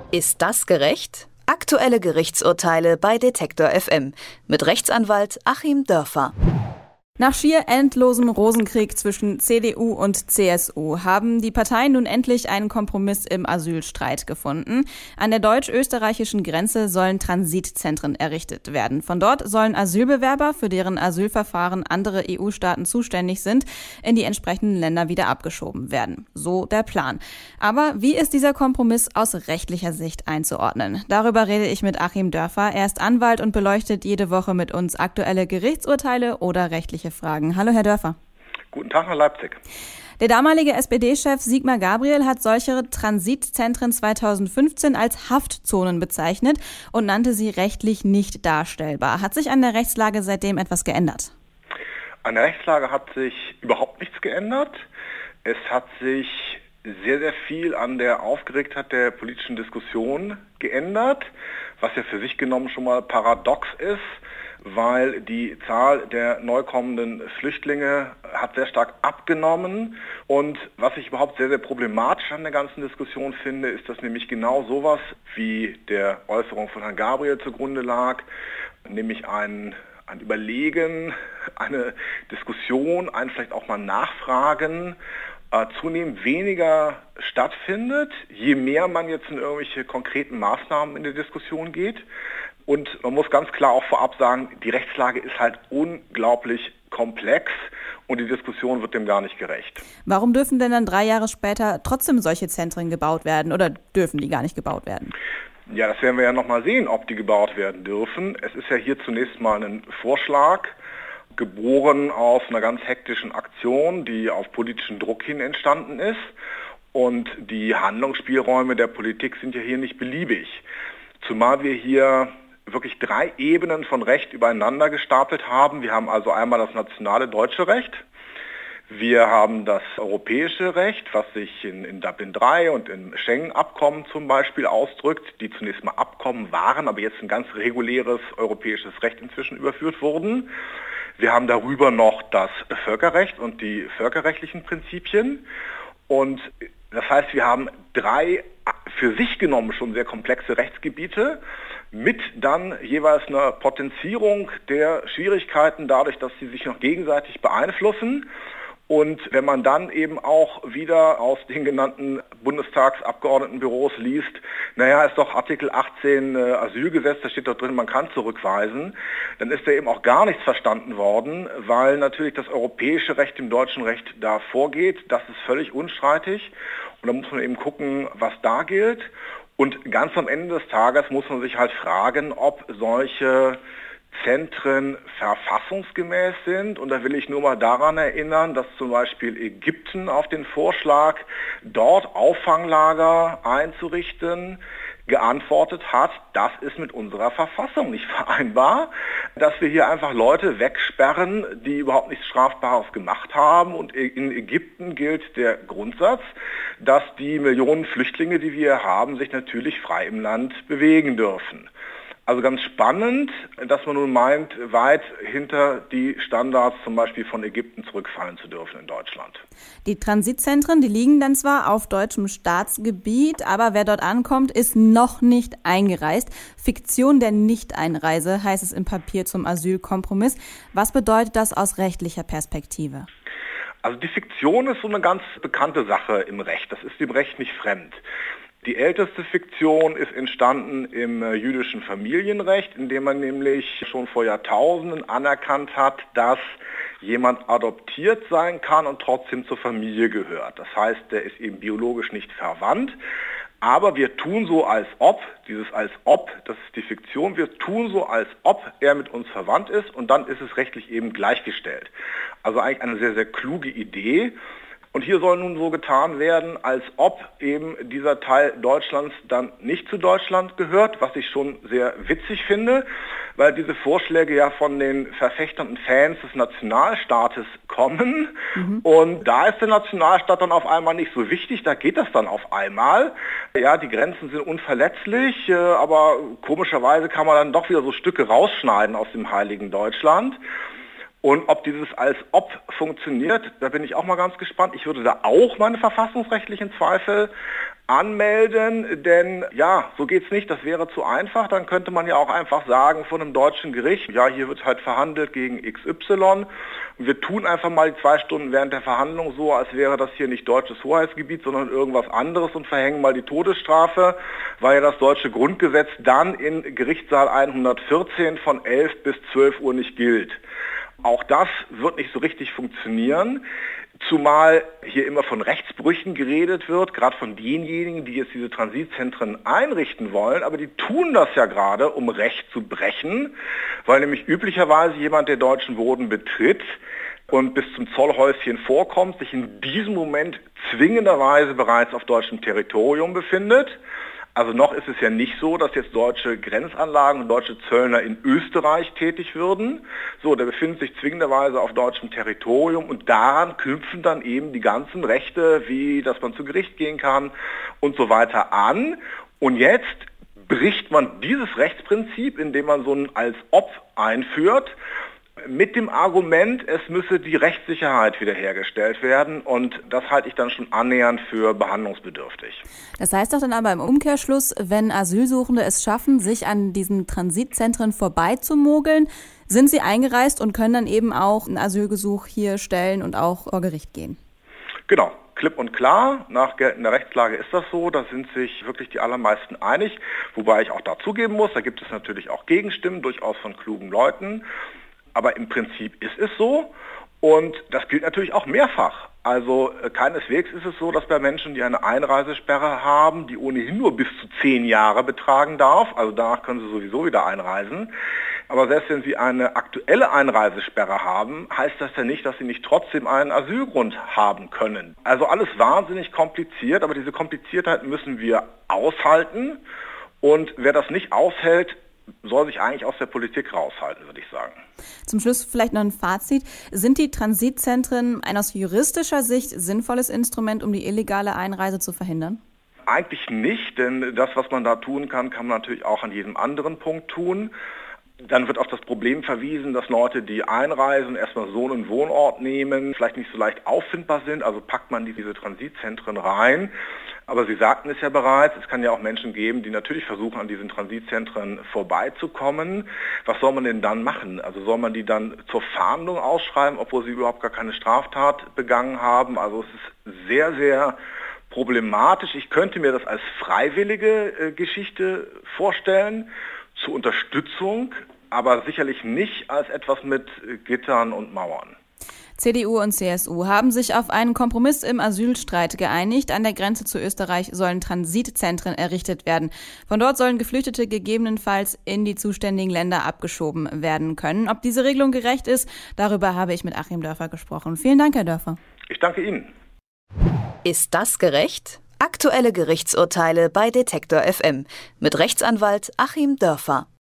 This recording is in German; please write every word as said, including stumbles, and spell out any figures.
Ist das gerecht? Aktuelle Gerichtsurteile bei Detektor F M mit Rechtsanwalt Achim Dörfer. Nach schier endlosem Rosenkrieg zwischen C D U und C S U haben die Parteien nun endlich einen Kompromiss im Asylstreit gefunden. An der deutsch-österreichischen Grenze sollen Transitzentren errichtet werden. Von dort sollen Asylbewerber, für deren Asylverfahren andere E U-Staaten zuständig sind, in die entsprechenden Länder wieder abgeschoben werden. So der Plan. Aber wie ist dieser Kompromiss aus rechtlicher Sicht einzuordnen? Darüber rede ich mit Achim Dörfer. Er ist Anwalt und beleuchtet jede Woche mit uns aktuelle Gerichtsurteile oder rechtliche Fragen. Hallo, Herr Dörfer. Guten Tag nach Leipzig. Der damalige S P D-Chef Sigmar Gabriel hat solche Transitzentren zweitausendfünfzehn als Haftzonen bezeichnet und nannte sie rechtlich nicht darstellbar. Hat sich an der Rechtslage seitdem etwas geändert? An der Rechtslage hat sich überhaupt nichts geändert. Es hat sich sehr, sehr viel an der Aufgeregtheit der politischen Diskussion geändert, was ja für sich genommen schon mal paradox ist, weil die Zahl der neu kommenden Flüchtlinge hat sehr stark abgenommen. Und was ich überhaupt sehr, sehr problematisch an der ganzen Diskussion finde, ist, dass nämlich genau sowas wie der Äußerung von Herrn Gabriel zugrunde lag, nämlich ein, ein Überlegen, eine Diskussion, ein vielleicht auch mal Nachfragen, äh, zunehmend weniger stattfindet, je mehr man jetzt in irgendwelche konkreten Maßnahmen in der Diskussion geht. Und man muss ganz klar auch vorab sagen, die Rechtslage ist halt unglaublich komplex und die Diskussion wird dem gar nicht gerecht. Warum dürfen denn dann drei Jahre später trotzdem solche Zentren gebaut werden oder dürfen die gar nicht gebaut werden? Ja, das werden wir ja nochmal sehen, ob die gebaut werden dürfen. Es ist ja hier zunächst mal ein Vorschlag, geboren aus einer ganz hektischen Aktion, die auf politischen Druck hin entstanden ist. Und die Handlungsspielräume der Politik sind ja hier nicht beliebig. Zumal wir hier wirklich drei Ebenen von Recht übereinander gestapelt haben. Wir haben also einmal das nationale deutsche Recht, wir haben das europäische Recht, was sich in, in Dublin drei und im Schengen-Abkommen zum Beispiel ausdrückt, die zunächst mal Abkommen waren, aber jetzt ein ganz reguläres europäisches Recht inzwischen überführt wurden. Wir haben darüber noch das Völkerrecht und die völkerrechtlichen Prinzipien. Und das heißt, wir haben drei für sich genommen schon sehr komplexe Rechtsgebiete mit dann jeweils einer Potenzierung der Schwierigkeiten dadurch, dass sie sich noch gegenseitig beeinflussen. Und wenn man dann eben auch wieder aus den genannten Bundestagsabgeordnetenbüros liest, naja, ist doch Artikel achtzehn äh, Asylgesetz, da steht doch drin, man kann zurückweisen, dann ist da eben auch gar nichts verstanden worden, weil natürlich das europäische Recht dem deutschen Recht da vorgeht. Das ist völlig unstreitig. Und da muss man eben gucken, was da gilt. Und ganz am Ende des Tages muss man sich halt fragen, ob solche Zentren verfassungsgemäß sind. Und da will ich nur mal daran erinnern, dass zum Beispiel Ägypten auf den Vorschlag, dort Auffanglager einzurichten, geantwortet hat, das ist mit unserer Verfassung nicht vereinbar, dass wir hier einfach Leute wegsperren, die überhaupt nichts Strafbares gemacht haben. Und in Ägypten gilt der Grundsatz, dass die Millionen Flüchtlinge, die wir haben, sich natürlich frei im Land bewegen dürfen. Also ganz spannend, dass man nun meint, weit hinter die Standards zum Beispiel von Ägypten zurückfallen zu dürfen in Deutschland. Die Transitzentren, die liegen dann zwar auf deutschem Staatsgebiet, aber wer dort ankommt, ist noch nicht eingereist. Fiktion der Nichteinreise heißt es im Papier zum Asylkompromiss. Was bedeutet das aus rechtlicher Perspektive? Also die Fiktion ist so eine ganz bekannte Sache im Recht. Das ist dem Recht nicht fremd. Die älteste Fiktion ist entstanden im äh, jüdischen Familienrecht, in dem man nämlich schon vor Jahrtausenden anerkannt hat, dass jemand adoptiert sein kann und trotzdem zur Familie gehört. Das heißt, der ist eben biologisch nicht verwandt, aber wir tun so als ob, dieses als ob, das ist die Fiktion, wir tun so als ob er mit uns verwandt ist und dann ist es rechtlich eben gleichgestellt. Also eigentlich eine sehr, sehr kluge Idee. Und hier soll nun so getan werden, als ob eben dieser Teil Deutschlands dann nicht zu Deutschland gehört, was ich schon sehr witzig finde, weil diese Vorschläge ja von den Verfechtern und Fans des Nationalstaates kommen. Mhm. Und da ist der Nationalstaat dann auf einmal nicht so wichtig, da geht das dann auf einmal. Ja, die Grenzen sind unverletzlich, aber komischerweise kann man dann doch wieder so Stücke rausschneiden aus dem heiligen Deutschland. Und ob dieses als ob funktioniert, da bin ich auch mal ganz gespannt. Ich würde da auch meine verfassungsrechtlichen Zweifel anmelden, denn ja, so geht's nicht, das wäre zu einfach. Dann könnte man ja auch einfach sagen von einem deutschen Gericht, ja, hier wird halt verhandelt gegen X Y. Wir tun einfach mal die zwei Stunden während der Verhandlung so, als wäre das hier nicht deutsches Hoheitsgebiet, sondern irgendwas anderes und verhängen mal die Todesstrafe, weil ja das deutsche Grundgesetz dann in Gerichtssaal hundertvierzehn von elf bis zwölf Uhr nicht gilt. Auch das wird nicht so richtig funktionieren, zumal hier immer von Rechtsbrüchen geredet wird, gerade von denjenigen, die jetzt diese Transitzentren einrichten wollen, aber die tun das ja gerade, um Recht zu brechen, weil nämlich üblicherweise jemand, der deutschen Boden betritt und bis zum Zollhäuschen vorkommt, sich in diesem Moment zwingenderweise bereits auf deutschem Territorium befindet. Also noch ist es ja nicht so, dass jetzt deutsche Grenzanlagen und deutsche Zöllner in Österreich tätig würden. So, der befindet sich zwingenderweise auf deutschem Territorium und daran knüpfen dann eben die ganzen Rechte, wie dass man zu Gericht gehen kann und so weiter an. Und jetzt bricht man dieses Rechtsprinzip, indem man so ein Als-Ob einführt, mit dem Argument, es müsse die Rechtssicherheit wiederhergestellt werden und das halte ich dann schon annähernd für behandlungsbedürftig. Das heißt doch dann aber im Umkehrschluss, wenn Asylsuchende es schaffen, sich an diesen Transitzentren vorbeizumogeln, sind sie eingereist und können dann eben auch ein Asylgesuch hier stellen und auch vor Gericht gehen. Genau. Klipp und klar, nach geltender Rechtslage ist das so, da sind sich wirklich die allermeisten einig, wobei ich auch dazugeben muss, da gibt es natürlich auch Gegenstimmen, durchaus von klugen Leuten. Aber im Prinzip ist es so und das gilt natürlich auch mehrfach. Also äh, keineswegs ist es so, dass bei Menschen, die eine Einreisesperre haben, die ohnehin nur bis zu zehn Jahre betragen darf, also danach können sie sowieso wieder einreisen. Aber selbst wenn sie eine aktuelle Einreisesperre haben, heißt das ja nicht, dass sie nicht trotzdem einen Asylgrund haben können. Also alles wahnsinnig kompliziert, aber diese Kompliziertheit müssen wir aushalten und wer das nicht aushält, soll sich eigentlich aus der Politik raushalten, würde ich sagen. Zum Schluss vielleicht noch ein Fazit. Sind die Transitzentren ein aus juristischer Sicht sinnvolles Instrument, um die illegale Einreise zu verhindern? Eigentlich nicht, denn das, was man da tun kann, kann man natürlich auch an jedem anderen Punkt tun. Dann wird auf das Problem verwiesen, dass Leute, die einreisen, erstmal so einen Wohnort nehmen, vielleicht nicht so leicht auffindbar sind, also packt man diese Transitzentren rein. Aber Sie sagten es ja bereits, es kann ja auch Menschen geben, die natürlich versuchen, an diesen Transitzentren vorbeizukommen. Was soll man denn dann machen? Also soll man die dann zur Fahndung ausschreiben, obwohl sie überhaupt gar keine Straftat begangen haben? Also es ist sehr, sehr problematisch. Ich könnte mir das als freiwillige äh, Geschichte vorstellen, zur Unterstützung, aber sicherlich nicht als etwas mit äh, Gittern und Mauern. C D U und C S U haben sich auf einen Kompromiss im Asylstreit geeinigt. An der Grenze zu Österreich sollen Transitzentren errichtet werden. Von dort sollen Geflüchtete gegebenenfalls in die zuständigen Länder abgeschoben werden können. Ob diese Regelung gerecht ist, darüber habe ich mit Achim Dörfer gesprochen. Vielen Dank, Herr Dörfer. Ich danke Ihnen. Ist das gerecht? Aktuelle Gerichtsurteile bei Detektor F M mit Rechtsanwalt Achim Dörfer.